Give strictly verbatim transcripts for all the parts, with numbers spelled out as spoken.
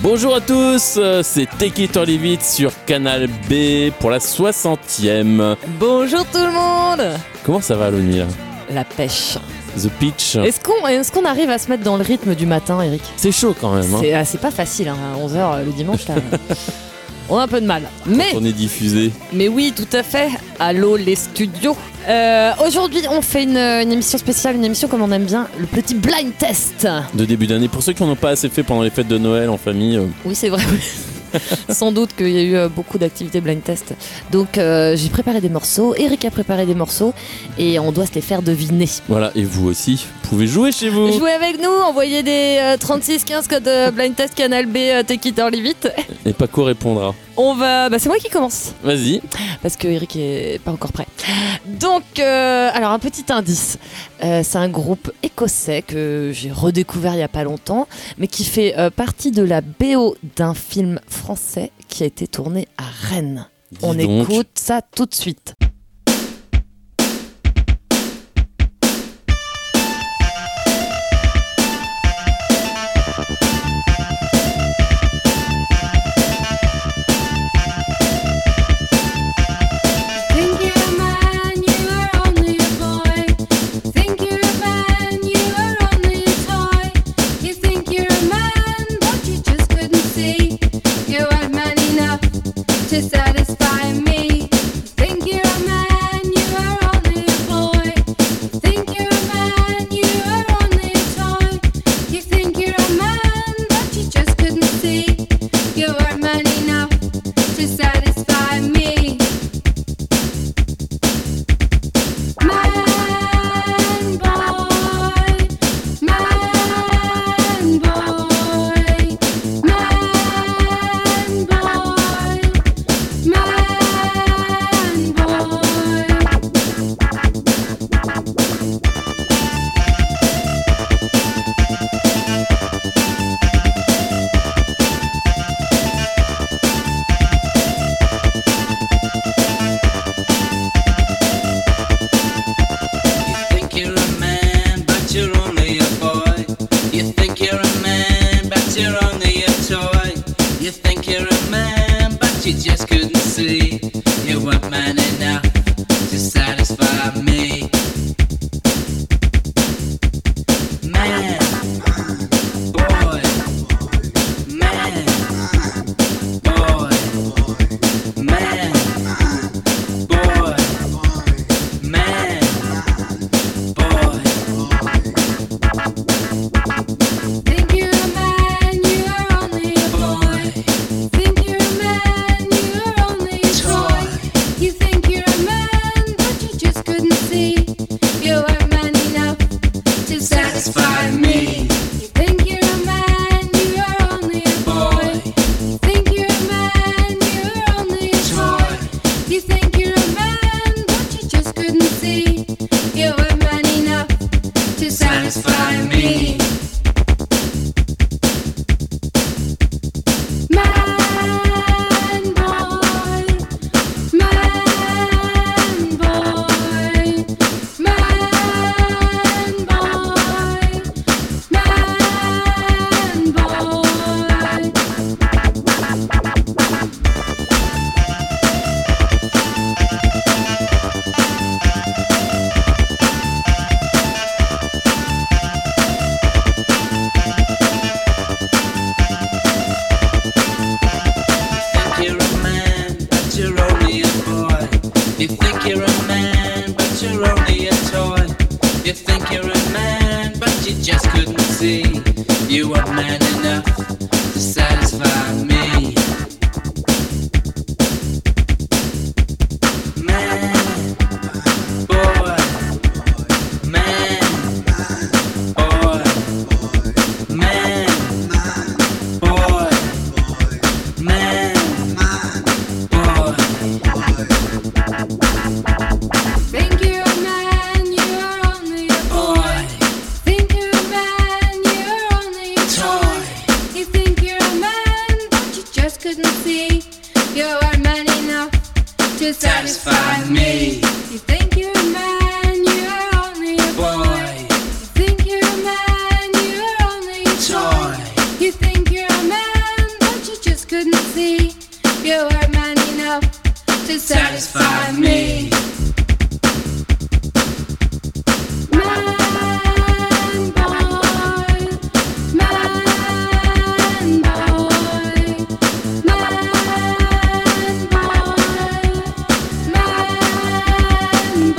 Bonjour à tous, c'est Take It or Leave It sur Canal B pour la soixantième. Bonjour tout le monde. Comment ça va, Loni, là ? La pêche. The Pitch. Est-ce qu'on, est-ce qu'on arrive à se mettre dans le rythme du matin, Eric ? C'est chaud quand même. Hein. C'est, ah, c'est pas facile, hein, à onze heures le dimanche, là. On a un peu de mal. Mais, on est diffusé. Mais oui, tout à fait. Allô les studios. Euh, aujourd'hui, on fait une, une émission spéciale, une émission comme on aime bien, le petit blind test. De début d'année. Pour ceux qui n'en ont pas assez fait pendant les fêtes de Noël en famille. Euh... Oui, c'est vrai. Sans doute qu'il y a eu euh, beaucoup d'activités blind test. Donc euh, j'ai préparé des morceaux, Eric a préparé des morceaux et on doit se les faire deviner. Voilà, et vous aussi, vous pouvez jouer chez vous. Jouez avec nous, envoyez des euh, trente-six quinze code euh, blind test Canal B, euh, Take It or Leave It. Et Paco répondra. On va... Bah c'est moi qui commence. Vas-y. Parce que Eric est pas encore prêt. Donc, euh, alors un petit indice. Euh, c'est un groupe écossais que j'ai redécouvert il y a pas longtemps, mais qui fait euh, partie de la B O d'un film français qui a été tourné à Rennes. Dis On donc. écoute ça tout de suite. To satisfy me, think you're a man, you are only a boy. Think you're a man, you are only a toy. You think you're a man, but you just couldn't see. You are man enough to satisfy me. Man, boy, man, boy, man, boy. Man, boy. You think you're a man, but you're only a boy. You think you're a man, but you're only a toy. You think you're a man, but you just couldn't see. You weren't man enough to satisfy me. Man, boy, man, boy, man, boy, man, boy. Think you're a man, you are only a boy. Think you're a man, you are only a toy. You think you're a man, but you just couldn't see. You are man enough to satisfy me. You think you're a man, you are only a boy. Think you're a man, you are only a toy. You think you're a man, but you just couldn't see. You are man enough to satisfy me. Man, boy, man, boy, man, boy, man, boy. Think you're a man, but you're only a boy. You think you're a man, but you're only a toy. You think you're a man, but you just couldn't see. You were man enough to satisfy me. Man, boy, man, boy, man, boy, man, boy. Think you're a man, you are only a boy. Boy, Think you're a man, you are only a toy. You think you're a man, but to satisfy me. Man boy, man boy, man boy, man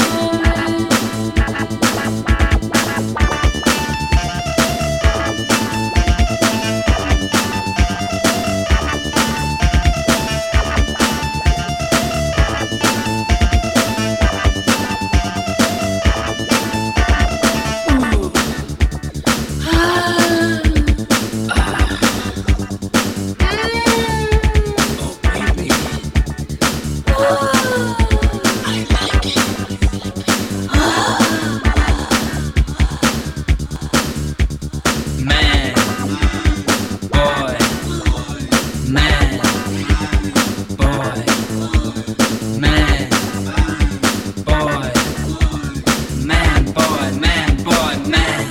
Man, boy, man, boy, man, boy, man, boy, man, boy, man.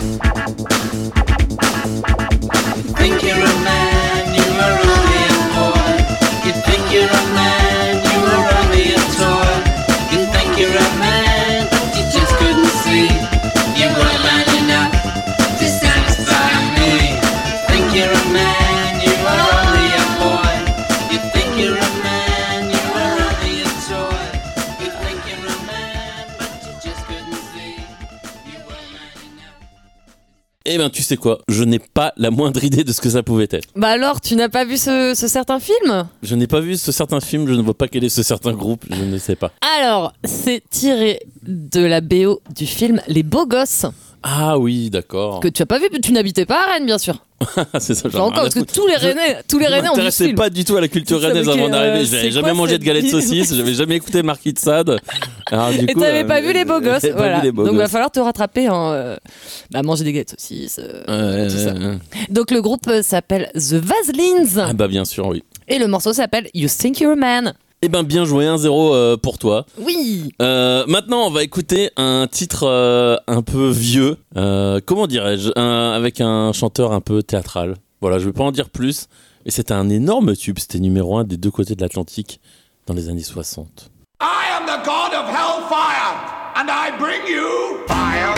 You think you're a man, you are only a boy. You think you're a man, you are only a toy. You think you're a man, but you just couldn't see. You weren't man enough to satisfy me. Think you're a man, you are only a boy. You think you're a man, you are only a toy. You think you're a man, but you just couldn't see. You weren't man enough. Eh ben, tu sais quoi, je n'ai pas la moindre idée de ce que ça pouvait être. Bah alors, tu n'as pas vu ce, ce certain film? Je n'ai pas vu ce certain film, je ne vois pas quel est ce certain groupe, je ne sais pas. Alors, c'est tiré de la B O du film Les Beaux Gosses, Ah oui, d'accord. que tu as pas vu, tu n'habitais pas à Rennes, bien sûr. C'est ça, Enfin, encore, parce que tous les Rennais, tous les Je Rennais ont vu ce m'intéressais film. pas du tout à la culture Ça rennaise veut avant que, d'arriver. euh, J'avais c'est jamais quoi mangé cette de galettes vie saucisses, j'avais jamais écouté Marquis de Sade. Alors, du Et coup, t'avais euh, pas vu Les Beaux Gosses, j'avais pas voilà. vu les beaux Donc il va gosses. falloir te rattraper, hein, euh, bah, manger des galettes saucisses. euh, Ouais, tout ça. ouais, ouais. Donc le groupe euh, s'appelle The Vaselines Ah bah bien sûr, oui. et le morceau s'appelle You Think You're a Man. Eh ben bien joué, un zéro euh, pour toi. Oui. Euh, maintenant, on va écouter un titre euh, un peu vieux. Euh, comment dirais-je, un- avec un chanteur un peu théâtral. Voilà, je vais pas en dire plus. Mais c'était un énorme tube. C'était numéro un des deux côtés de l'Atlantique dans les années soixante. I am the god of hellfire, and I bring you fire.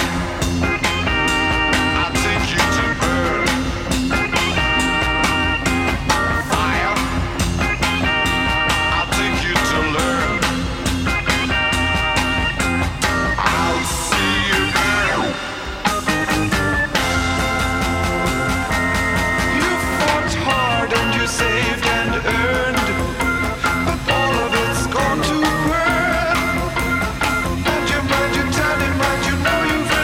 I'll take you to burn. Fire. I'll take you to learn. I'll see you burn. You fought hard and you saved and earned, but all of it's gone to burn. And your mind, you tell him right, you know you've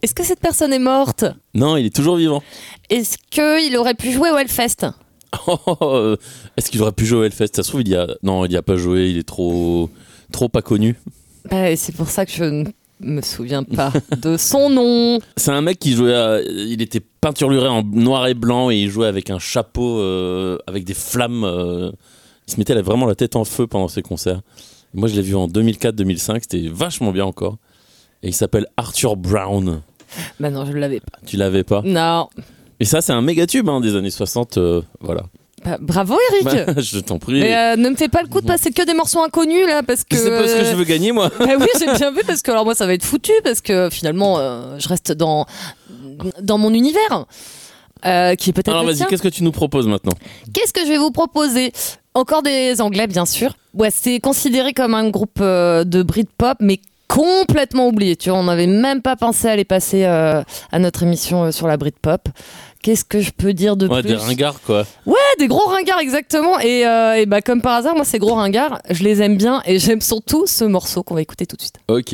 Est-ce que cette personne est morte? Non, il est toujours vivant. Est-ce qu'il aurait pu jouer au Hellfest? Oh, oh, oh, est-ce qu'il aurait pu jouer au Hellfest? Ça se trouve, il y a. Non, il n'y a pas joué, il est trop. trop pas connu. Bah, c'est pour ça que je ne me souviens pas de son nom. C'est un mec qui jouait. À... Il était peinturluré en noir et blanc et il jouait avec un chapeau, euh, avec des flammes. Euh... Il se mettait là, vraiment la tête en feu pendant ses concerts. Moi, je l'ai vu en deux mille quatre deux mille cinq, c'était vachement bien encore. Et il s'appelle Arthur Brown. Bah non, je ne l'avais pas. Tu l'avais pas? Non. Et ça, c'est un méga tube hein, des années soixante. Euh, voilà. Bah, bravo Eric. Bah, je t'en prie. Mais euh, ne me fais pas le coup de passer que des morceaux inconnus là parce que. C'est parce que je veux gagner moi. Bah oui, j'ai bien vu parce que alors moi ça va être foutu parce que finalement euh, je reste dans dans mon univers euh, qui est peut-être. Alors le vas-y, tien. qu'est-ce que tu nous proposes maintenant? Qu'est-ce que je vais vous proposer? Encore des Anglais bien sûr. Ouais, c'est considéré comme un groupe euh, de Britpop mais complètement oublié. Tu vois, on n'avait même pas pensé à les passer euh, à notre émission euh, sur la Britpop. Qu'est-ce que je peux dire de Ouais, plus? des ringards quoi. Ouais, des gros ringards exactement. Et, euh, et bah comme par hasard, moi ces gros ringards, je les aime bien et j'aime surtout ce morceau qu'on va écouter tout de suite. Ok.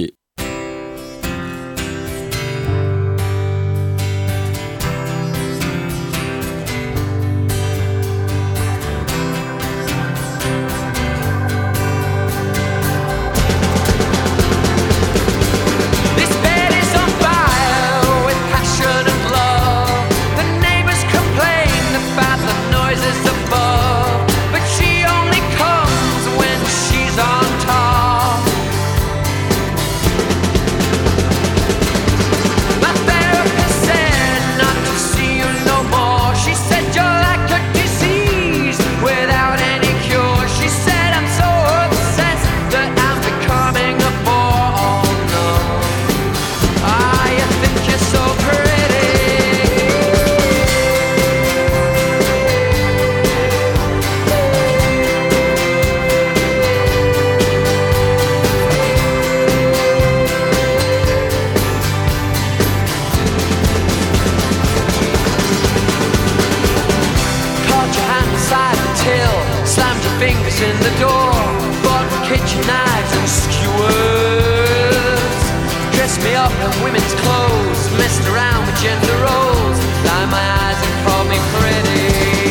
This bed is on fire with passion and love. The neighbors complain about the noises above, but she only comes when she's on top. My therapist said not to see you no more. She said you're like a disease without any cure. She said I'm so obsessed that I'm becoming a bore. Oh no. Ah, you think you're so pretty. Caught your hand inside the till, slammed your fingers in the door, bought kitchen knives and skewers. Dressed me up in women's clothes, messed around with gender roles, lined my eyes and called me pretty.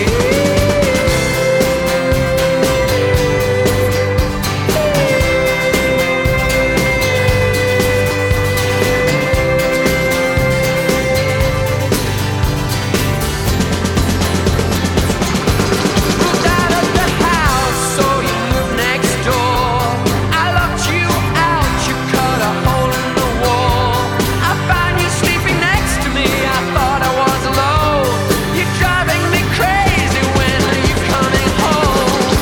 Moved out of the house, so you moved next door. I locked you out, you cut a hole in the wall. I found you sleeping next to me, I thought I was alone. You're driving me crazy, when are you coming home?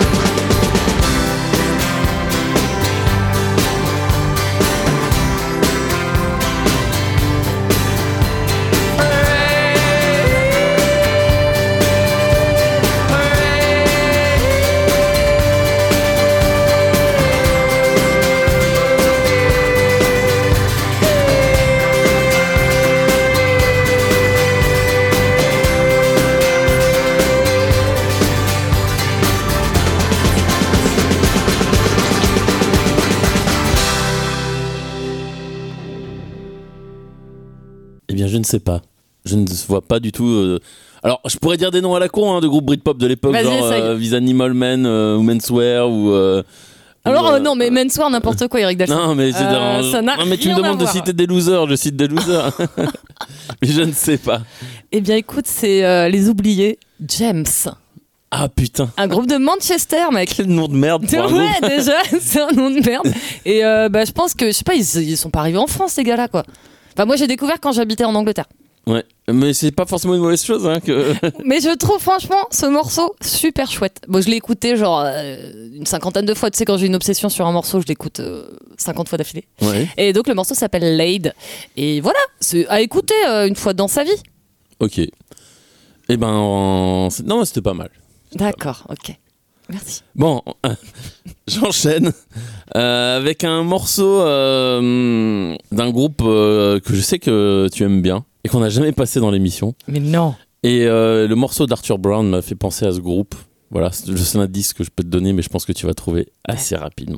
Eh bien, je ne sais pas. Je ne vois pas du tout. euh, Alors, je pourrais dire des noms à la con hein, de groupes Britpop de l'époque, Vas-y, genre essaye. euh, Vis Animal Man euh, ou Menswear ou. euh, Alors ou, euh, euh, non, mais Menswear n'importe quoi, Eric Dalton. Non, mais c'est Euh, dans- ça n'a non, mais tu me rien à demandes de voir. citer des losers, je cite des losers. Mais je ne sais pas. Eh bien écoute, c'est euh, les oubliés, James, Ah putain, un groupe de Manchester, mec. quel nom de merde pour un groupe. Ouais, déjà, c'est un nom de merde. Et euh, bah, je pense que, je sais pas, ils, ils sont pas arrivés en France, ces gars-là, quoi. Enfin, moi, j'ai découvert quand j'habitais en Angleterre. Ouais, mais c'est pas forcément une mauvaise chose hein, que. Mais je trouve, franchement, ce morceau super chouette. Bon, je l'ai écouté, genre, euh, une cinquantaine de fois. Tu sais, quand j'ai une obsession sur un morceau, je l'écoute euh, cinquante fois d'affilée. Ouais. Et donc, le morceau s'appelle Laid. Et voilà, c'est à écouter euh, une fois dans sa vie. Ok. Eh ben, en- c'est- non, c'était pas mal. D'accord, ok. Merci. Bon, euh, j'enchaîne euh, avec un morceau euh, d'un groupe euh, que je sais que tu aimes bien et qu'on n'a jamais passé dans l'émission. Mais non. Et euh, le morceau d'Arthur Brown m'a fait penser à ce groupe. Voilà, c'est le seul indice que je peux te donner, mais je pense que tu vas trouver assez rapidement.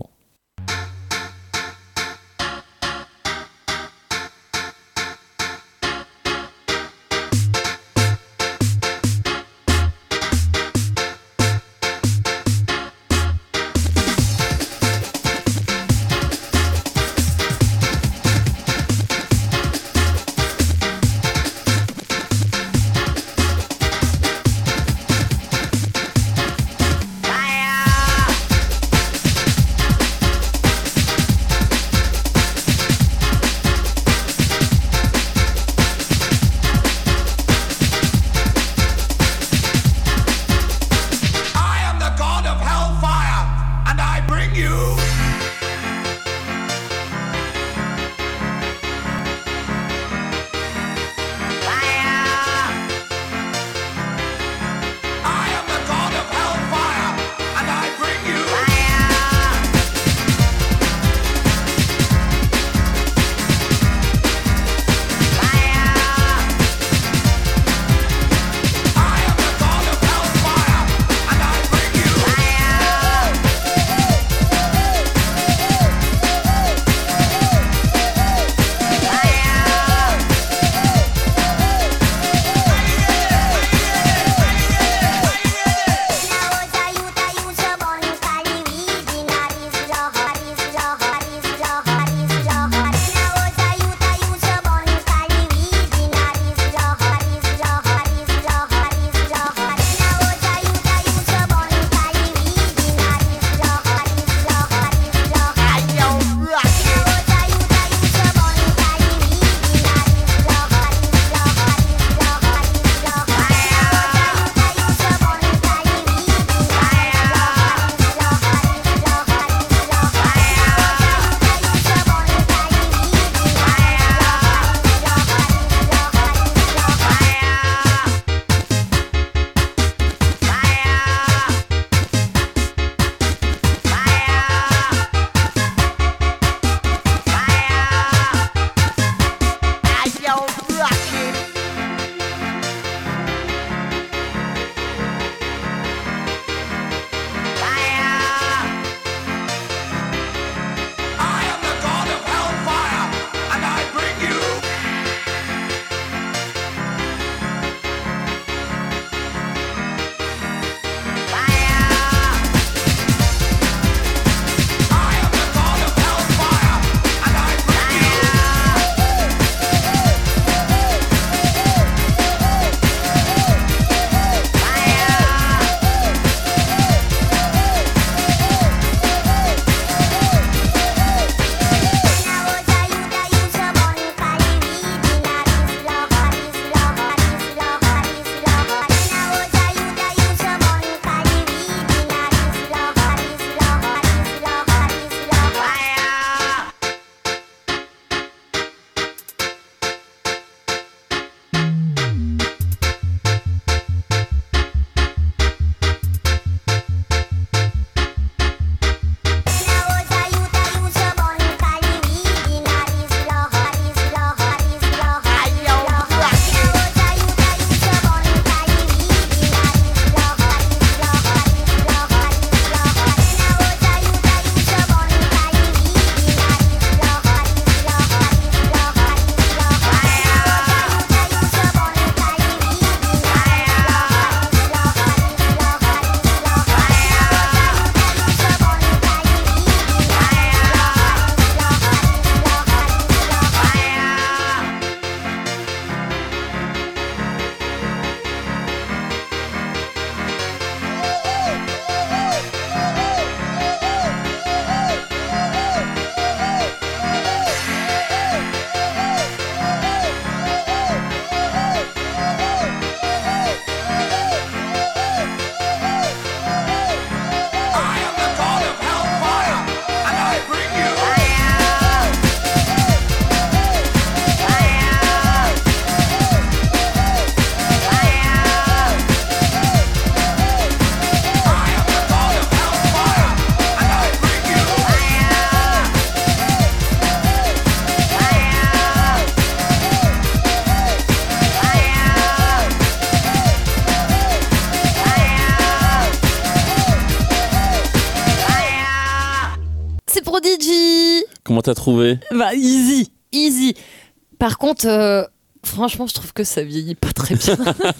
comment t'as trouvé? Bah, easy, easy. Par contre, euh, franchement, je trouve que ça vieillit pas très bien.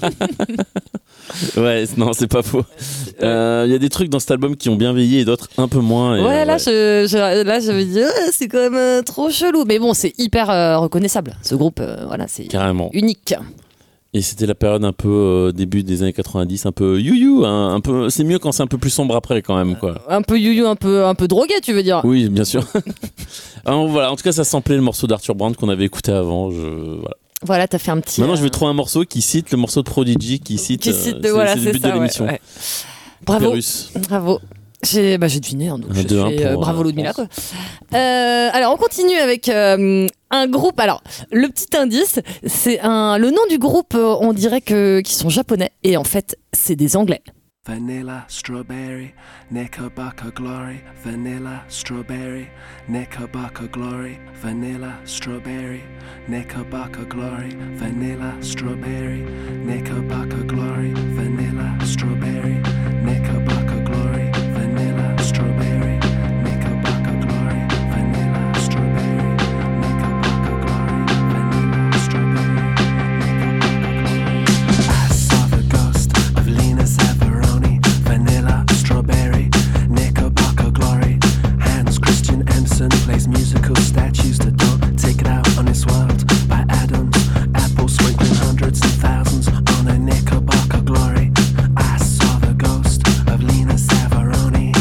Ouais, non, c'est pas faux. Il euh, y a des trucs dans cet album qui ont bien vieilli et d'autres un peu moins. Et, ouais, euh, là, ouais. Je, je, là, je me dis, oh, c'est quand même euh, trop chelou. Mais bon, c'est hyper euh, reconnaissable. Ce groupe, euh, voilà, c'est Carrément. unique. Et c'était la période un peu euh, début des années quatre-vingt-dix, un peu you-you, hein, un peu. C'est mieux quand c'est un peu plus sombre après quand même, quoi. Un peu you-you, un peu, un peu drogué, tu veux dire? Oui, bien sûr. Alors, voilà, en tout cas, ça samplait le morceau d'Arthur Brand qu'on avait écouté avant. Je... Voilà. Voilà, t'as fait un petit. Maintenant, je euh, vais trouver un morceau qui cite le morceau de Prodigy, qui cite. qui cite, euh, c'est, voilà, c'est c'est le but ça, de l'émission. ouais, ouais. Bravo, Pérus. bravo. J'ai, bah, j'ai deviné, hein, donc Un je deux, un fais, pour, euh, bravo euh, Ludmilla, France. quoi. Euh, alors, on continue avec euh, un groupe. Alors, le petit indice, c'est un, le nom du groupe, euh, on dirait que qu'ils sont japonais, et en fait, c'est des Anglais. Vanilla, strawberry, Knickerbocker glory. Vanilla, strawberry, Knickerbocker glory. Vanilla, strawberry, Knickerbocker glory. Vanilla, strawberry, Knickerbocker glory. Vanilla, strawberry, Knickerbocker glory. Vanilla, strawberry, Knickerbocker glory. Vanilla, strawberry, Knickerbocker glory. Vanilla, strawberry, Knickerbocker glory. I saw the ghost of Lena Savaroni. Vanilla, strawberry, Knickerbocker glory. Hans Christian Andersen plays musical statues that don't take it out on this world. By Adams, Apple sprinkling hundreds and thousands on a Knickerbocker glory. I saw the ghost of Lena Savaroni.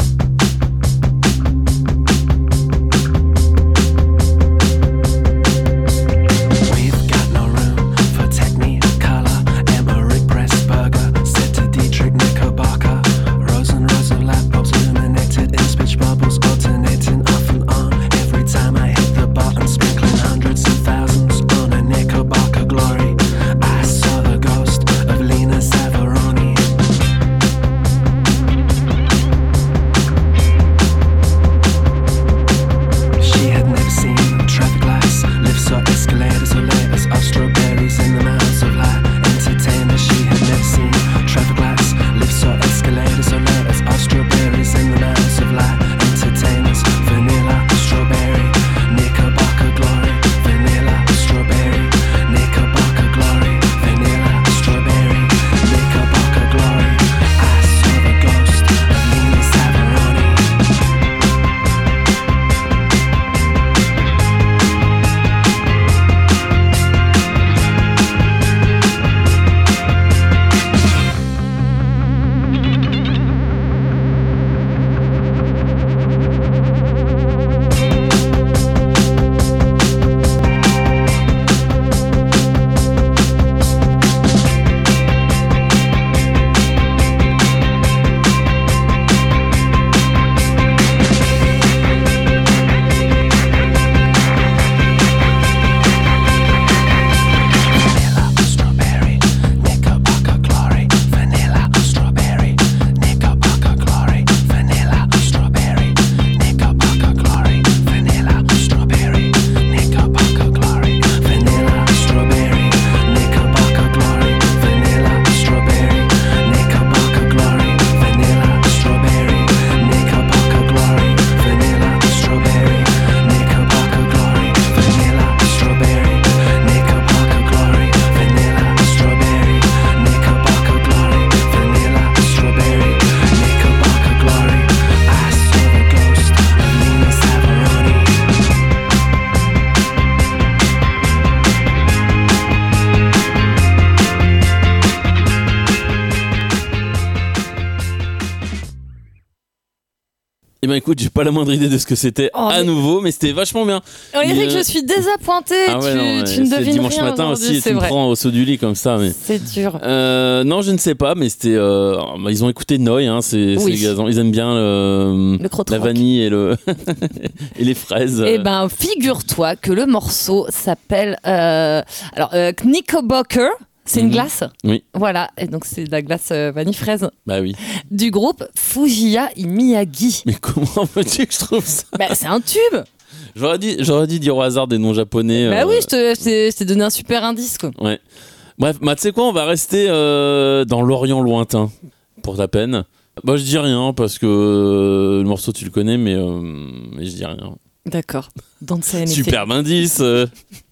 We've got no room for Technicolor. Emmerich Pressburger said to Dietrich Knickerbocker. Rose and rows of light bulbs illuminated in speech bubbles, alternating off and on. Every time I hit the button, sprinkling hundreds and thousands on a Knickerbocker glory. I saw the ghost of Lena Savaroni. She had never seen traffic lights, lifts or escalators or layers of strawberries in the mouths of light entertainers. She had never seen traffic lights, lifts or escalators or layers of strawberries in the mouths of light entertainers. Vanilla, strawberry, Knickerbocker glory. Vanilla, strawberry, Knickerbocker glory. Vanilla, strawberry, Knickerbocker glory. I saw the ghost of Lena Savaroni. Vanilla, strawberry, Knickerbocker glory. Vanilla, strawberry, Knickerbocker glory. Vanilla, strawberry, Knickerbocker glory. Vanilla, strawberry, Knickerbocker glory. Vanilla, strawberry, Knickerbocker glory. Vanilla, strawberry, Knickerbocker glory. Vanilla, strawberry, Knickerbocker glory. Vanilla, strawberry, Knickerbocker glory. Vanilla, strawberry, Knickerbocker glory. Vanilla, strawberry, Knickerbocker glory. Vanilla, strawberry, Knickerbocker glory. I saw the ghost of Lena Savaroni. Eh ben écoute, j'ai pas la moindre idée de ce que c'était Oh, à mais- nouveau, mais c'était vachement bien. On dirait Il, que euh, je suis désappointée. Ah ouais, tu, non, tu ouais, ne c'est devines dimanche rien matin aujourd'hui, aussi, c'est tu me vrai. prends au saut du lit comme ça, mais. C'est dur. Euh, non, je ne sais pas, mais c'était. euh, bah, ils ont écouté Noy, hein, c'est, Oui. c'est les gars, ils aiment bien le, Le krautrock. la vanille et, le et les fraises. Eh ben, figure-toi que le morceau s'appelle euh, alors euh, Knickerbocker. C'est une Mhm. glace. Oui. Voilà, et donc c'est de la glace euh, vanille fraise Bah oui. du groupe Fujiya Miyagi. Mais comment veux-tu que je trouve ça? Bah, c'est un tube. J'aurais dit, j'aurais dit dire au hasard des noms japonais. Bah euh, oui, je te- je t'ai je t'ai donné un super indice, quoi. Ouais. Bref, bah, tu sais quoi, on va rester euh, dans l'Orient lointain, pour ta peine. Bah, je dis rien, parce que euh, le morceau, tu le connais, mais, euh, mais je dis rien. D'accord. Don't say anything. Superbe indice. euh.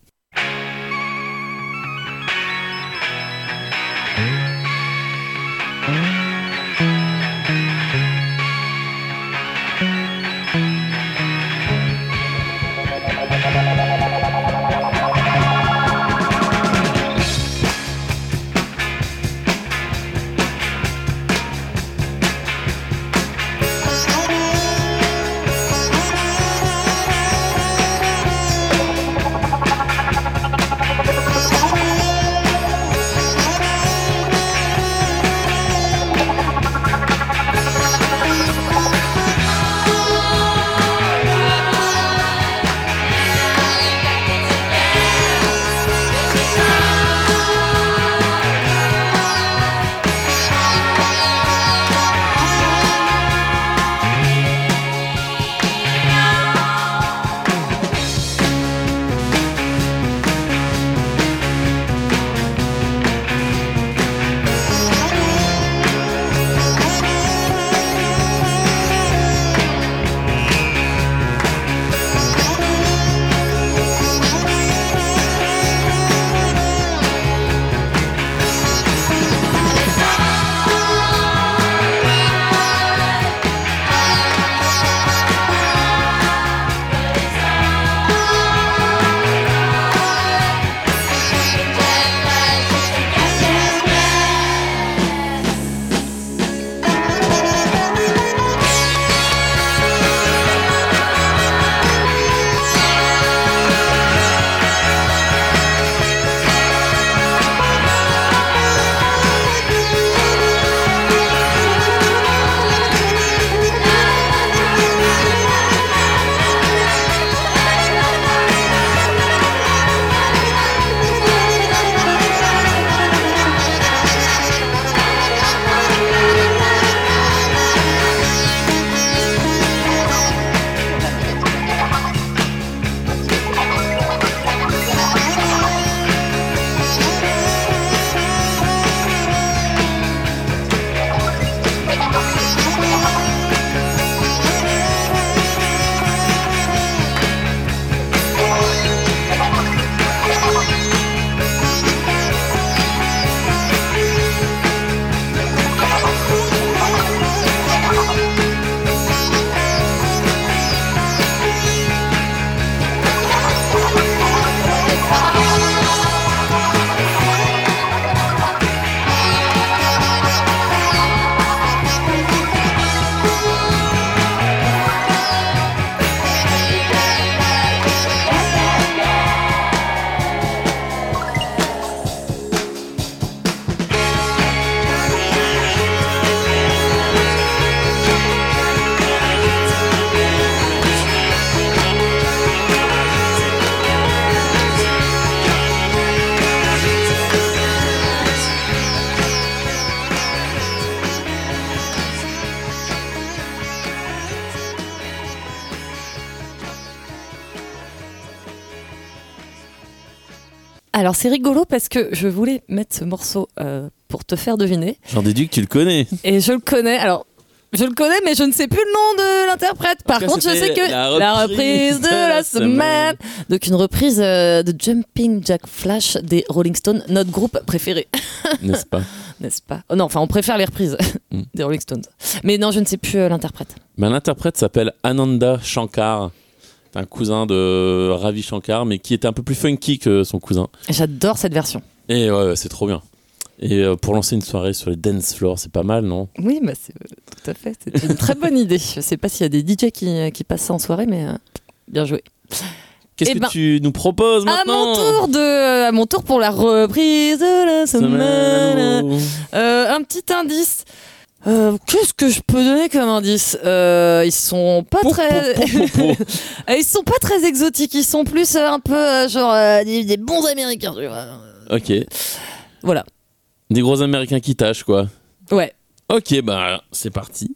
Alors c'est rigolo parce que je voulais mettre ce morceau euh, pour te faire deviner. J'en déduis que tu le connais. Et je le connais. Alors je le connais, mais je ne sais plus le nom de l'interprète. Par cas, contre, je c'était sais que la la reprise reprise de la semaine. Donc une reprise euh, de Jumping Jack Flash des Rolling Stones, notre groupe préféré. N'est-ce pas? N'est-ce pas? Oh non, enfin on préfère les reprises Mm. des Rolling Stones. Mais non, je ne sais plus euh, l'interprète. Ben, l'interprète s'appelle Ananda Shankar. C'est un cousin de Ravi Shankar, mais qui était un peu plus funky que son cousin. Et j'adore cette version. Et ouais, ouais, c'est trop bien. Et euh, pour lancer une soirée sur les dance floors, c'est pas mal, non? Oui, bah c'est euh, tout à fait. C'est une très bonne idée. Je sais pas s'il y a des D J qui, qui passent ça en soirée, mais euh, bien joué. Qu'est-ce Eh que ben, tu nous proposes À maintenant? mon tour de, à mon tour pour la reprise de la semaine. Euh, un petit indice. Euh, Qu'est-ce que je peux donner comme indice? euh, Ils sont pas Pou, très, pou, pou, pou, pou. Euh, ils sont pas très exotiques. Ils sont plus euh, un peu euh, genre euh, des, des bons Américains. Tu vois. Ok. Voilà. Des gros Américains qui tâchent, quoi. Ouais. Ok, bah c'est parti.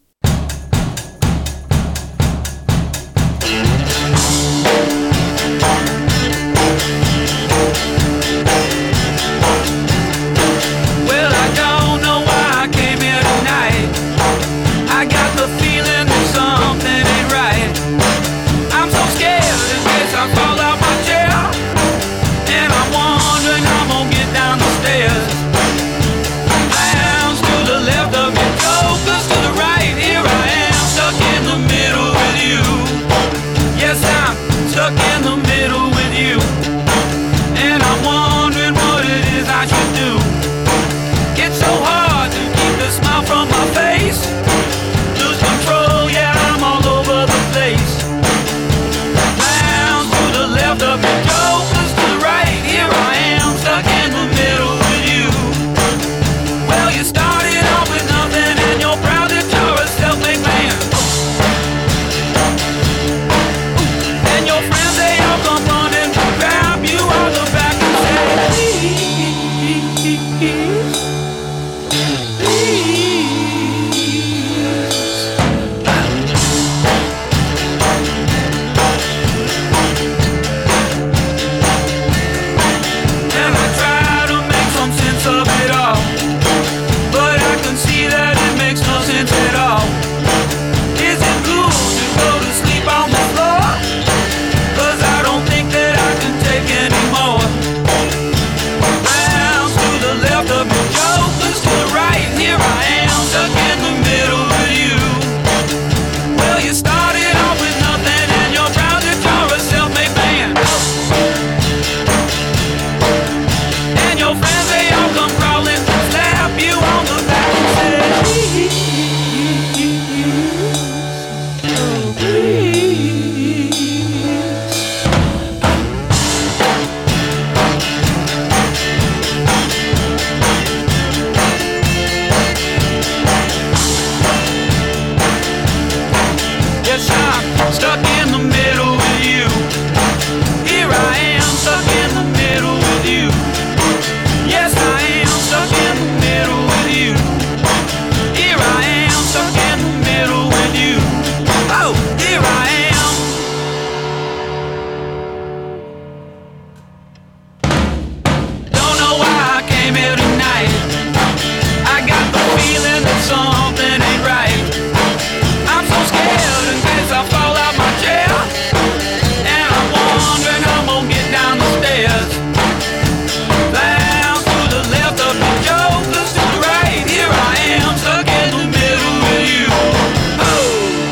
Well, I don't know why I came here tonight. I got the feeling that something ain't right. I'm so scared night. I got the feeling that something ain't right. I'm so scared in case I fall out my chair, and I'm wondering how I'm gonna get down the stairs. Down to the left of the jokers, to the right. Here I am, stuck in the middle with you. Oh.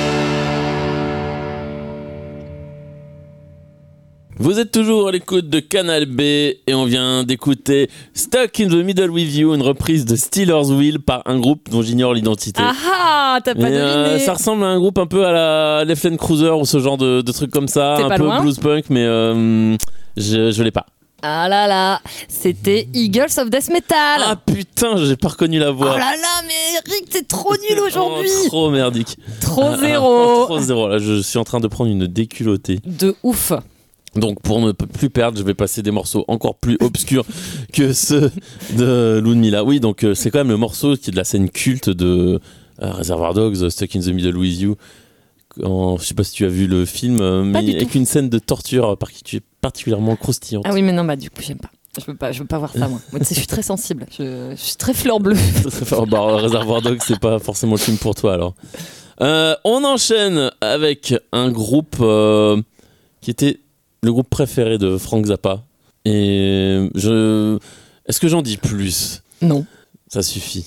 Vous êtes toujours à l'écoute de Canal B et on vient d'écouter Stuck in the Middle with You, une reprise de Steelers Wheel par un groupe dont j'ignore l'identité. Ah ah, t'as pas Mais, euh, deviné. ça ressemble à un groupe un peu à la Left Hand Cruiser ou ce genre de, de trucs comme ça, T'es un pas peu loin. blues punk, mais euh, je, je l'ai pas. Ah là là, c'était Eagles of Death Metal. Ah putain, j'ai pas reconnu la Oh voix. là là, mais Rick, t'es trop nul aujourd'hui. Oh, trop merdique. Trop Ah, zéro. trop zéro. Là, je suis en train de prendre une déculottée. De ouf. Donc pour ne plus perdre, je vais passer des morceaux encore plus obscurs que ceux de Ludmilla. Oui, donc euh, c'est quand même le morceau qui est de la scène culte de euh, Reservoir Dogs, Stuck in the Middle with You. En, je sais pas si tu as vu le film, euh, mais du avec tout. une scène de torture par- qui est particulièrement croustillante. Ah oui, mais non, bah du coup, j'aime pas. Je veux pas, je veux pas voir ça, moi. Moi, tu sais, je suis très sensible. Je, je suis très fleur bleue. Enfin, bah, Reservoir Dogs, c'est pas forcément le film pour toi alors. Euh, on enchaîne avec un groupe euh, qui était le groupe préféré de Frank Zappa. Et je. Est-ce que j'en dis plus ? Non. Ça suffit.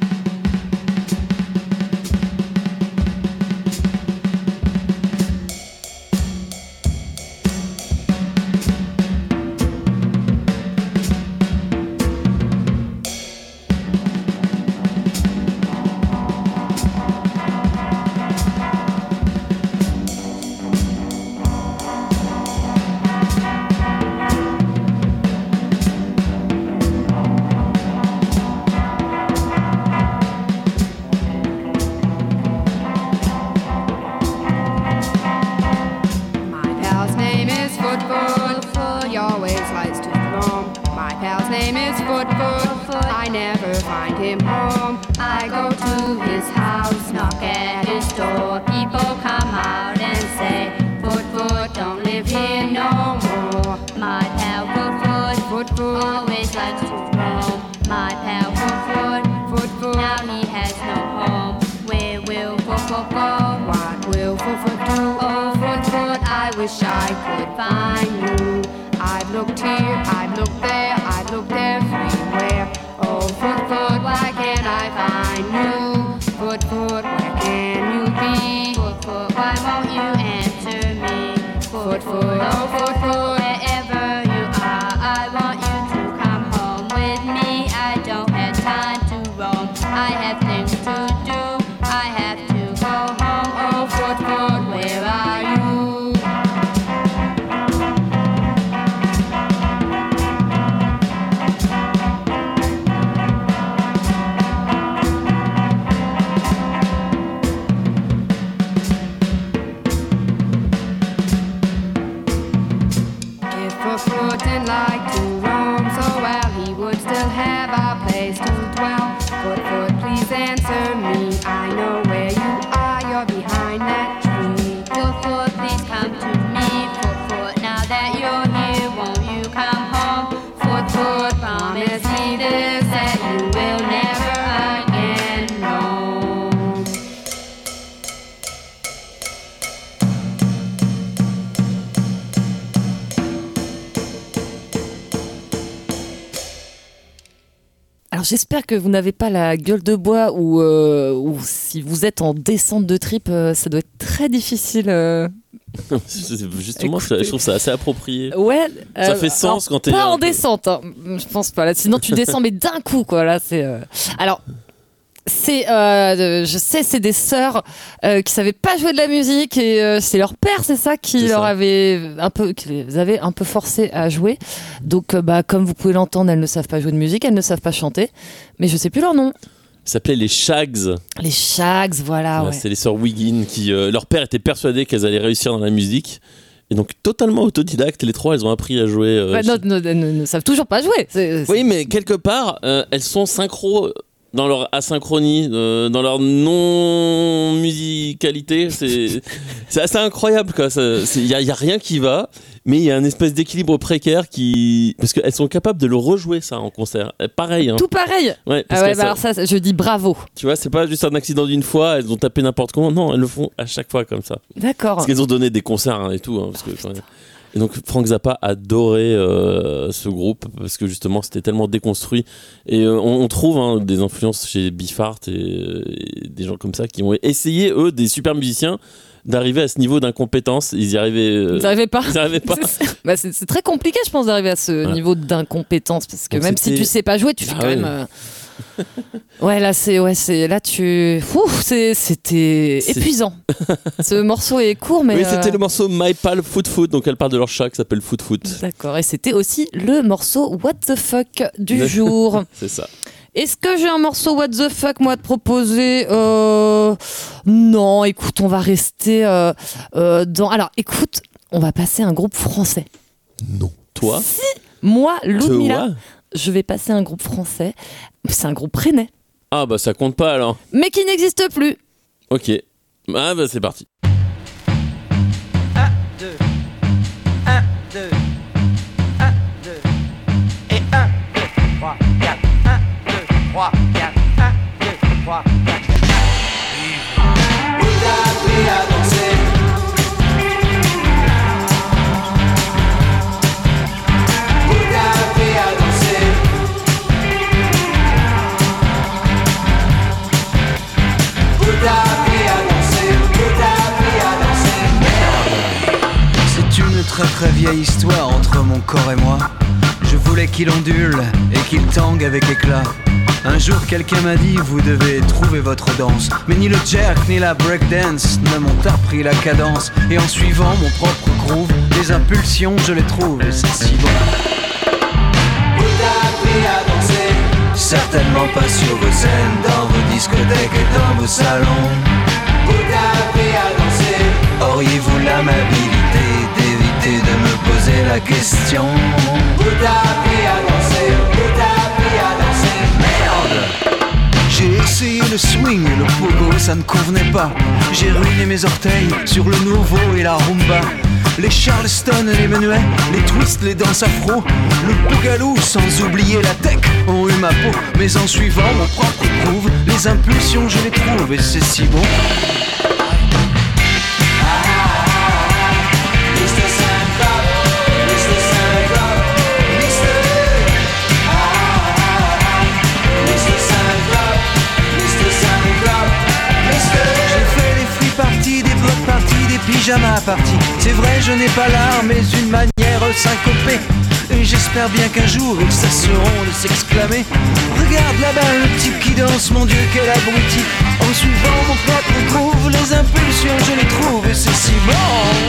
My pal's name is Foot Foot. Foot. He always likes to roam. My pal's name is Foot Foot. I never find him home. I go to his house, knock at his door. People come out and say, Foot Foot, don't live here no more. My pal Foot Foot, Foot Foot, always likes to roam. My pal Foot Foot, Foot Foot, now he has no home. Where will Foot Foot go? What will Foot Foot do? Oh, Foot Foot, I wish I could find you. I've looked here, I've looked there, I've looked everywhere. Oh, Foot Foot, why can't I find you? Foot Foot, where can you be? Foot Foot, why won't you answer me? Foot Foot, oh Foot Foot, wherever you are, I want you to come home with me. I don't have time to roam, I have things to do. I have to go home. Oh, Foot Foot, where are you? If Foot Foot didn't like to roam so well, he would still have a place to dwell. Foot Foot, please answer me. I know where you are. You're behind that tree. Foot Foot, please come to me. Foot Foot, now that you're here, won't you come home? Foot Foot, promise me this, that you will never again roam. Alors j'espère que vous n'avez pas la gueule de bois ou, euh, ou si vous êtes en descente de trip, euh, ça doit être très difficile. euh. Justement, je, Écoutez. je trouve ça assez approprié. Ouais. Ça euh, fait sens alors, quand t'es Pas un en peu- descente, hein. Je pense pas. Là, sinon tu descends mais d'un coup quoi. Là c'est. euh, Alors. C'est, euh, je sais, c'est des sœurs euh, qui savaient pas jouer de la musique et euh, c'est leur père, c'est ça, qui C'est leur ça. avait un peu, qui les avait un peu forcés à jouer. Donc, euh, bah, comme vous pouvez l'entendre, elles ne savent pas jouer de musique, elles ne savent pas chanter, mais je sais plus leur nom. Ça s'appelait les Shags. Les Shags, voilà. Voilà, Ouais. C'est les sœurs Wiggin qui, euh, leur père était persuadé qu'elles allaient réussir dans la musique. Et donc totalement autodidactes, les trois, elles ont appris à jouer. euh, Bah, chez- non, non, elles ne, ne savent toujours pas jouer. C'est- c'est- Oui, mais quelque part, euh, elles sont synchro dans leur asynchronie, euh, dans leur non-musicalité. C'est, c'est assez incroyable, quoi. Il n'y a, y a rien qui va, mais il y a un espèce d'équilibre précaire qui. Parce qu'elles sont capables de le rejouer, ça, en concert. Et pareil. Hein. Tout pareil. Ouais, Ah parce ouais, que bah alors ça, je dis bravo. Tu vois, c'est pas juste un accident d'une fois, elles ont tapé n'importe comment. Non, elles le font à chaque fois comme ça. D'accord. Parce qu'elles ont donné des concerts hein, et tout. Hein, parce que, enfin, et donc Frank Zappa adorait euh, ce groupe parce que justement c'était tellement déconstruit et euh, on, on trouve hein, des influences chez Biffart et, et des gens comme ça qui ont essayé eux, des super musiciens, d'arriver à ce niveau d'incompétence. Ils y arrivaient. Euh, Ils n'arrivaient pas. Ils y arrivaient pas. bah, c'est, c'est très compliqué, je pense, d'arriver à ce Ouais. niveau d'incompétence parce que Donc même c'était- si tu sais pas jouer, tu fais Ah quand ouais. même. euh, Ouais, là, c'est, ouais, c'est, là, tu, Ouf, c'est, c'était C'est- épuisant. Ce morceau est court, mais. Oui, euh, c'était le morceau My Pal Foot Foot, donc elle parle de leur chat qui s'appelle Foot Foot. D'accord, et c'était aussi le morceau What the fuck du jour. C'est ça. Est-ce que j'ai un morceau What the fuck, moi, à te proposer euh... Non, écoute, on va rester euh, euh, dans. Alors, écoute, on va passer à un groupe français. Non. Toi Si, moi, Ludmilla, Toi je vais passer à un groupe français. C'est un groupe rennais, Ah bah ça compte pas alors. mais qui n'existe plus. Ok. Ah bah c'est parti. un, deux, un, deux, un, deux, et un, deux, trois, quatre, un, deux, trois, quatre, un, deux, trois, quatre. C'est une très très vieille histoire entre mon corps et moi. Je voulais qu'il ondule et qu'il tangue avec éclat. Un jour quelqu'un m'a dit vous devez trouver votre danse. Mais ni le jerk ni la breakdance ne m'ont appris la cadence. Et en suivant mon propre groove, les impulsions je les trouve et c'est si bon. Certainement pas sur vos scènes, dans vos discothèques et dans vos salons. Auriez-vous l'amabilité d'éviter de me poser la question? Merde! J'ai essayé le swing et le pogo, ça ne convenait pas. J'ai ruiné mes orteils sur le nouveau et la rumba. Les charleston et les menuets, les twists, les danses afro, le bougalou sans oublier la tech ont eu ma peau. Mais en suivant mon propre groove, les impulsions je les trouve et c'est si bon. J'ai fait des free parties, des block parties, des pyjamas parties. C'est vrai, je n'ai pas l'art, mais une manière syncopée. Et j'espère bien qu'un jour ils cesseront de s'exclamer. Regarde là-bas le type qui danse, mon Dieu, quel abruti. En suivant mon propre groove, les impulsions je les trouve et c'est si bon.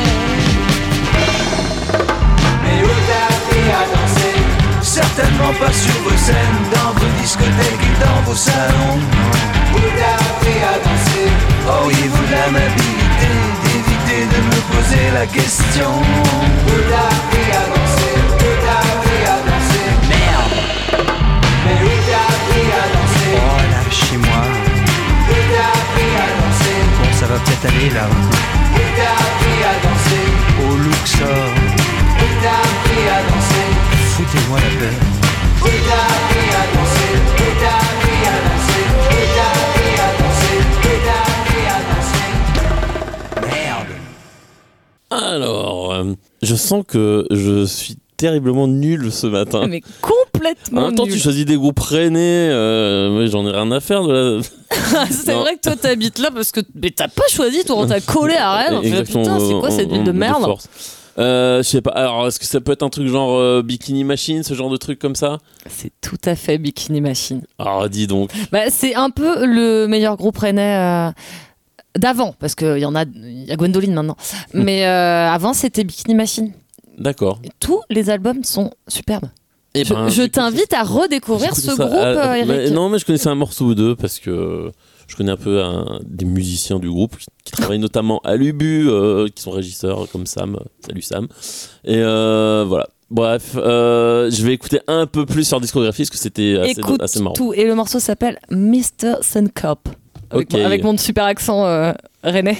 Mais où t'as appris à danser? Certainement pas sur vos scènes, dans vos discothèques et dans vos salons. Où t'as appris à danser? Auriez-vous l'amabilité d'éviter de me poser la question? Où t'as appris à danser? Où t'as appris à danser? Merde! Mais où t'as appris à danser? Oh là, chez moi. Où t'as appris à danser? Bon, ça va peut-être aller là. Où t'as appris à danser? Au Luxor. Où t'as appris à danser? Foutez-moi la paix. Où t'as appris à danser? Où t'as appris à danser? Où t'as appris à danser? Où t'as appris à danser? Merde! Alors, euh, je sens que je suis terriblement nul ce matin. Mais complètement En même temps, nul. tu choisis des groupes rennais. Euh, moi, j'en ai rien à faire de la. C'est Non. vrai que toi t'habites là parce que mais t'as pas choisi, toi on t'a collé à Rennes. On fait, Exactement, putain, c'est quoi cette on- ville de on- merde? force. Euh, je sais pas. Alors, est-ce que ça peut être un truc genre euh, Bikini Machine, ce genre de truc comme ça? C'est tout à fait Bikini Machine. Alors, dis donc. Bah, c'est un peu le meilleur groupe rennais euh, d'avant, parce qu'il y en a, il y a Gwendoline maintenant. Mais euh, avant, c'était Bikini Machine. D'accord. Et tous les albums sont superbes. Eh je ben, je t'invite à redécouvrir j'écoute ce ça. groupe, Ah, euh, mais Eric. non, mais je connaissais un morceau ou deux parce que je connais un peu un- des musiciens du groupe qui, qui travaillent notamment à l'Ubu, euh, qui sont régisseurs comme Sam. Salut Sam. Et euh, voilà. Bref, euh, je vais écouter un peu plus leur discographie parce que c'était assez, Écoute assez marrant. tout. Et le morceau s'appelle mister Syncop. Avec, Ok. mon, avec mon super accent euh, rennais.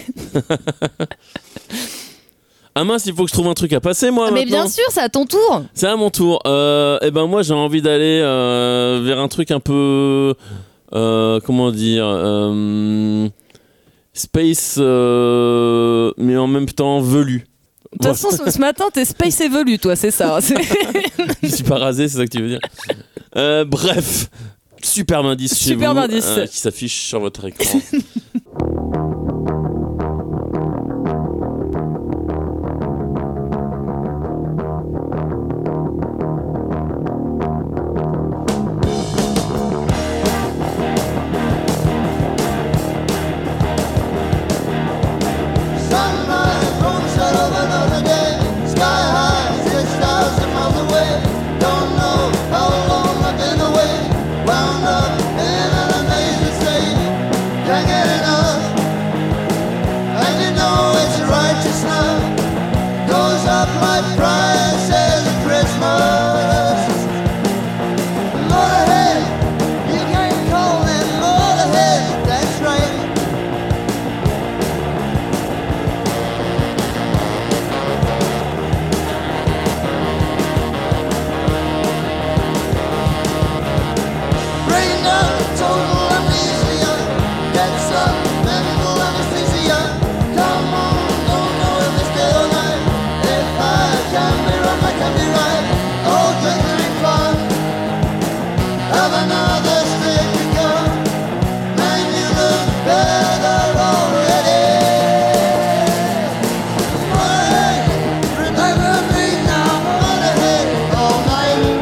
Ah mince, il faut que je trouve un truc à passer moi Mais maintenant. bien sûr, c'est à ton tour. C'est à mon tour. Euh, et ben moi j'ai envie d'aller euh, vers un truc un peu, euh, comment dire, euh, space, euh, mais en même temps velu. De toute façon, ce, ce matin, t'es space évolu, toi, c'est ça. C'est- Je suis pas rasé, c'est ça que tu veux dire. Euh, bref, superbe indice chez Superbe vous, indice. euh, qui s'affiche sur votre écran. Sunrise rolls out of another day. Sky high, six thousand miles away. Don't know how long I've been away. Wound up in an amazing state. Can't get enough. And you know it's righteous now. Goes up like prices at Christmas. Motorhead, you can't call them Motorhead. That's right. Bring down total amnesia. That's a mental anesthesia. Come on, don't know if it's day or night. If I can be wrong, I can be right. Oh, drinking fun. Have another stick to go. Man, you look better already. Motorhead, remember me now. Motorhead, all night.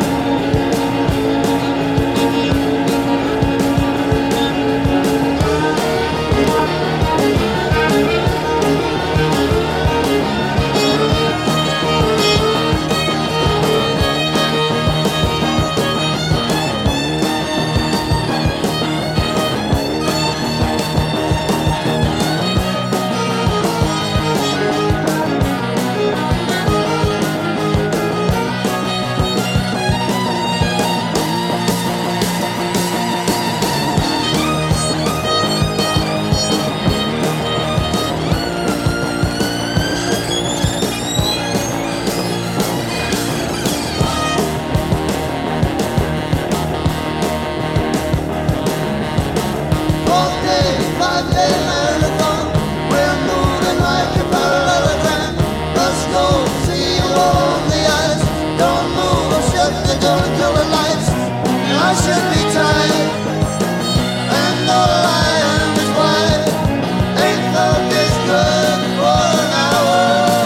Four day, five day marathon. We're moving like a parallelogram. Let's go see you on the ice. Don't move or shut the door until the lights. I should be tired. And all I am is white. Ain't felt this good for an hour.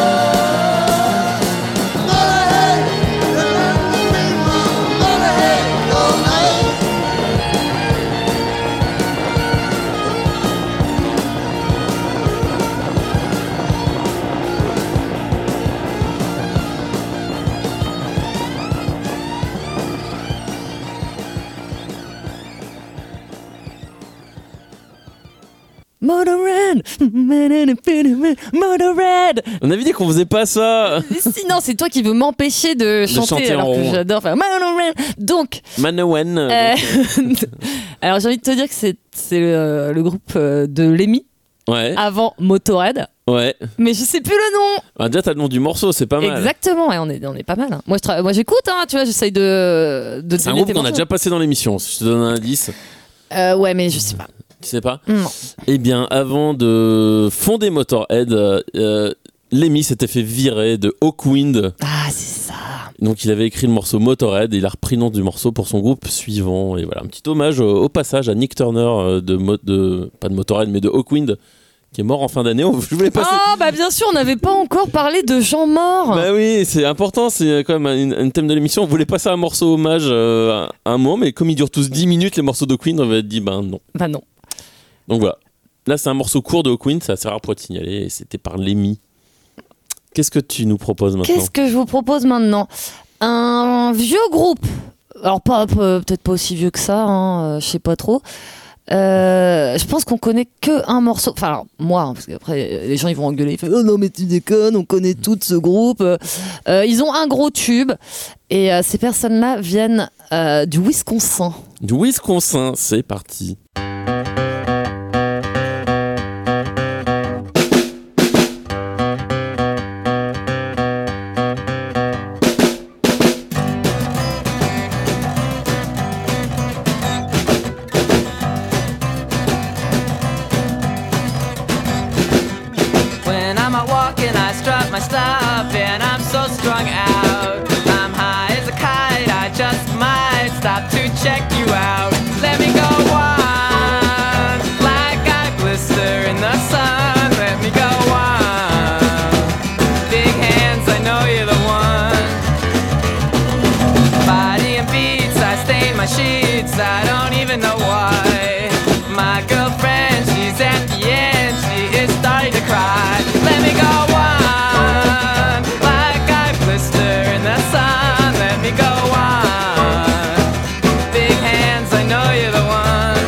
Motorhead, remember me, Mom. Motorhead, all night. Motorhead, Motorhead. On avait dit qu'on faisait pas ça. Si, non, c'est toi qui veux m'empêcher de, chanter, chanter alors en que rond. j'adore faire Motorhead. Donc, Manowen. euh, donc, alors j'ai envie de te dire que c'est c'est le, le groupe euh, de Lemmy ouais, avant Motorhead, ouais. mais je sais plus le nom. Ah, déjà t'as le nom du morceau, c'est pas mal. Exactement, ouais, on est on est pas mal. hein. Moi je tra- moi j'écoute, hein, tu vois, j'essaye de de C'est un donner groupe tes qu'on a morceaux. déjà passé dans l'émission. Si je te donne un indice, Euh, ouais, mais je sais pas. tu sais pas. Non. Eh bien, avant de fonder Motorhead, euh, Lemmy s'était fait virer de Hawkwind. Ah, c'est ça. Donc il avait écrit le morceau Motorhead et il a repris le nom du morceau pour son groupe suivant. Et voilà, un petit hommage au, au passage à Nick Turner euh, de, Mo- de pas de Motorhead mais de Hawkwind, qui est mort en fin d'année. Je voulais passer. Ah, bah bien sûr, on n'avait pas encore parlé de gens morts. Bah oui, c'est important, c'est quand même un, un thème de l'émission. On voulait passer un morceau hommage euh, à un moment, mais comme ils durent tous dix minutes, les morceaux de Queen, on va dit ben non. Bah non. Donc voilà. Là, c'est un morceau court de Queen, c'est assez rare pour être signalé, et c'était par Lemmy. Qu'est-ce que tu nous proposes maintenant? Qu'est-ce que je vous propose maintenant? Un vieux groupe. Alors, pas, pas- peut-être pas aussi vieux que ça, hein, euh, je sais pas trop. Euh, je pense qu'on connaît que un morceau. Enfin, alors, moi, hein, parce qu'après, les gens ils vont engueuler. Ils font oh non, mais tu déconnes, on connaît tout ce groupe. Euh, ils ont un gros tube. Et euh, ces personnes-là viennent euh, du Wisconsin. Du Wisconsin, c'est parti. When I'm out walking, I strut my stuff, and I'm so strung out. I'm high as a kite, I just might stop to check you out. Let me go on, like I blister in the sun. Let me go on. Big hands, I know you're the one. Body and beats, I stain my sheets, I don't even know why. My girlfriend, she's at the end, she is starting to cry. Let me go on, like I blister in the sun. Let me go on. Big hands, I know you're the one.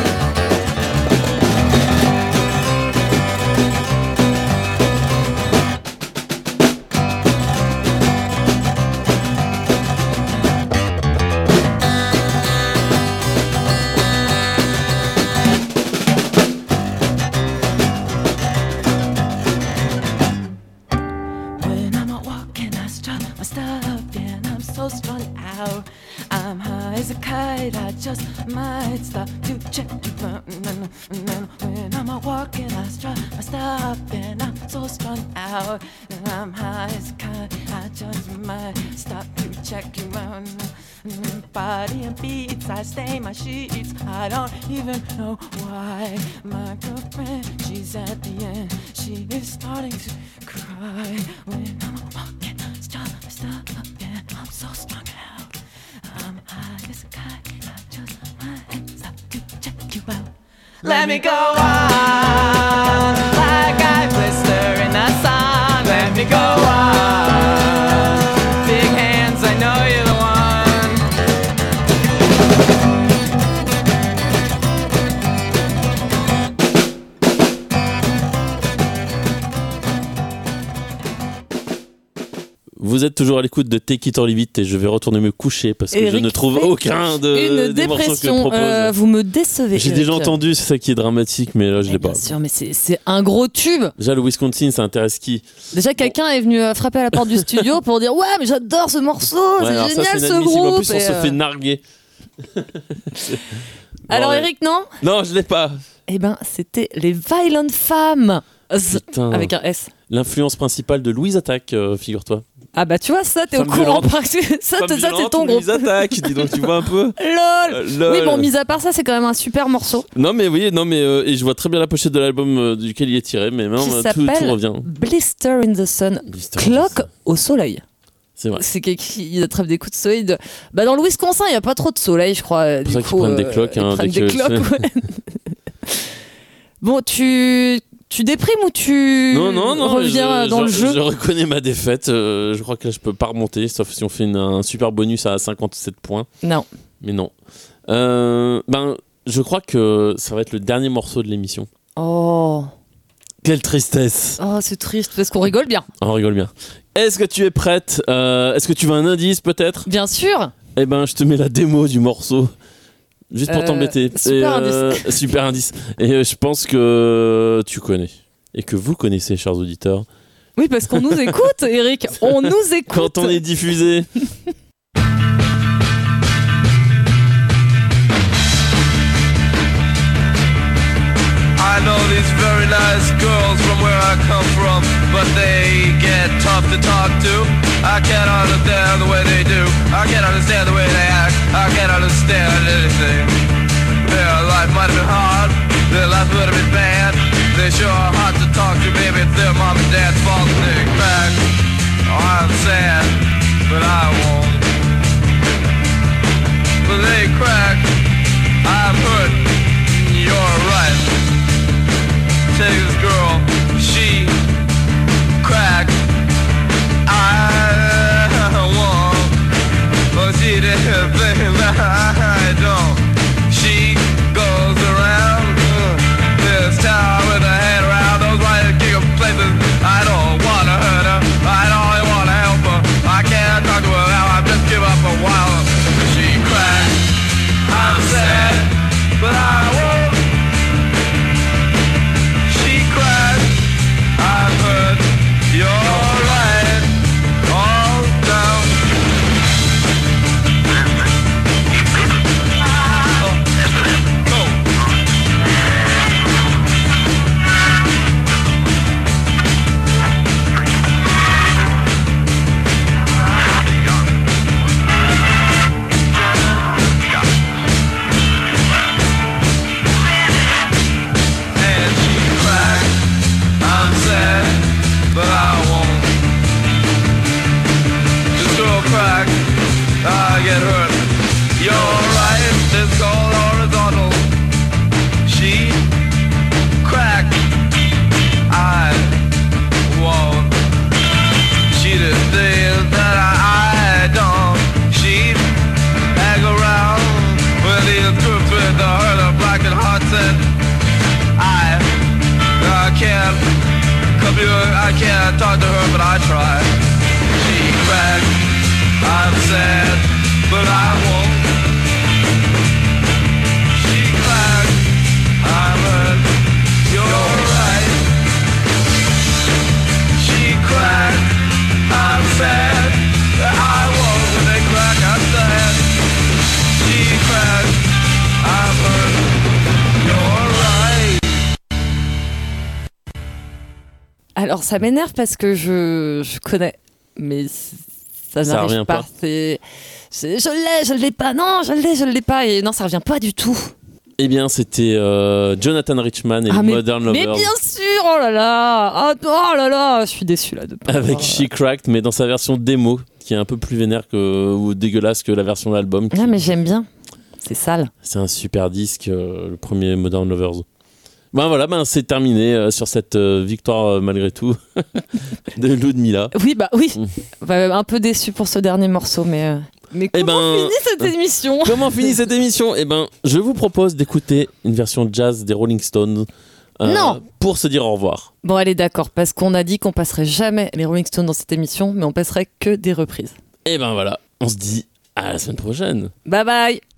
When I'm out walking, I strut my stuff, and I'm so strung out. I'm high as a kite, I just might stop to check you out. When I'm out walking, I strut my stuff, and I'm so strung out. And I'm high as a kite, I just might stop to check you out. Body and beats, I stain my sheets, I don't even know why. My girlfriend, she's at the end, she is starting to cry. When I'm walking, stop, stop, and I'm so strung out. I'm high as a kite, I just might stop to check you out. Let me go on, like I blister in the sun. Let me go on. Big hands, I know you're the one. Vous êtes toujours à l'écoute de Take It or Leave It et je vais retourner me coucher parce que Eric je ne trouve fait aucun de, Une des morceaux que je dépression. propose. Euh, vous me décevez. J'ai Eric. déjà entendu, c'est ça qui est dramatique, mais là je Mais l'ai bien pas. sûr, mais c'est c'est un gros tube. Déjà le Wisconsin, ça intéresse qui? Déjà, quelqu'un est venu euh, frapper à la porte du studio pour dire ouais, mais j'adore ce morceau, Ouais, c'est alors ça, génial c'est ce inadmissible. groupe. En plus, on et, se euh, fait narguer. Alors, Bon, ouais. Eric, non? Non, je l'ai pas. Eh ben, c'était les Violent Femmes. Z- Putain. Avec un S. L'influence principale de Louise Attaque, euh, figure-toi. Ah bah tu vois, ça, t'es au Femme courant. violente. Parce que ça, Femme t- ça, c'est violente, ton groupe. Louise Attaque, dis donc, tu vois un peu. Lol. Euh, lol. Oui, bon, mis à part ça, c'est quand même un super morceau Non mais oui, non mais euh, et je vois très bien la pochette de l'album euh, duquel il est tiré, mais non, qui euh, tout, tout s'appelle revient. Blister in the Sun. Blister in the Cloque Sun. au soleil. C'est vrai. C'est qu'ils attrapent des coups de soleil. De... Bah, dans le Wisconsin, il n'y a pas trop de soleil, je crois. C'est Du pour ça coup, qu'ils prennent des euh, cloques, ils hein, prennent dès des que- cloques, ouais. Bon, tu... tu déprimes ou tu Non, non, non. reviens je, dans je- le jeu? Je reconnais ma défaite. euh, je crois que là, je peux pas remonter, sauf si on fait une- un super bonus à cinquante-sept points. Non. Mais non. Euh, ben, je crois que ça va être le dernier morceau de l'émission. Oh, Quelle tristesse. oh c'est triste parce qu'on rigole bien. On rigole bien. Est-ce que tu es prête? Euh, Est-ce que tu veux un indice peut-être? Bien sûr. Eh ben, je te mets la démo du morceau. Juste pour Euh, t'embêter. super Et, euh, super indice. Et euh, je pense que tu connais. Et que vous connaissez, chers auditeurs. Oui, parce qu'on nous écoute, Eric. On nous écoute. Quand on est diffusé. I know these very nice girls from where I come from, but they get tough to talk to. I can't understand the way they do. I can't understand the way they act. I can't understand anything. Their life might have been hard. Their life would have been bad. They sure are hard to talk to. Maybe it's their mom and dad's fault. They crack. Oh, I'm sad, but I won't. But they crack. I'm hurt. You're right. Take this girl, she cracked. I won't, but she did things that I don't. She goes around you, I can't talk to her, but I try. She cracked, I'm sad, but I won't. She cracked, I'm hurt, you're right. She cracked, I'm sad, I won't. When they crack, I'm sad. She cracked, I'm hurt, you're right. Alors ça m'énerve parce que je, je connais, mais c- ça Ça n'arrive revient pas. pas. C'est, c'est- je l'ai, je l'ai pas, non, je l'ai, je l'ai pas, et non, ça revient pas du tout. Eh bien, c'était euh, Jonathan Richman et Ah, les mais, Modern mais Lovers bien sûr, oh là là, ah, oh là là, je suis déçue là de pas avec avoir- She Cracked, mais dans sa version démo, qui est un peu plus vénère que, ou dégueulasse que la version d'album. qui- Ah mais j'aime bien, c'est sale. C'est un super disque, euh, le premier Modern Lovers. Ben voilà, ben c'est terminé euh, sur cette euh, victoire euh, malgré tout de Ludmilla. Oui bah oui, Mm. Bah, un peu déçue pour ce dernier morceau, mais euh, mais Eh comment ben, finit cette émission? Comment finit cette émission? Eh ben, je vous propose d'écouter une version jazz des Rolling Stones. euh, Non. Pour se dire au revoir. Bon allez d'accord, parce qu'on a dit qu'on passerait jamais les Rolling Stones dans cette émission, mais on passerait que des reprises. Et ben voilà, on se dit à la semaine prochaine. Bye bye.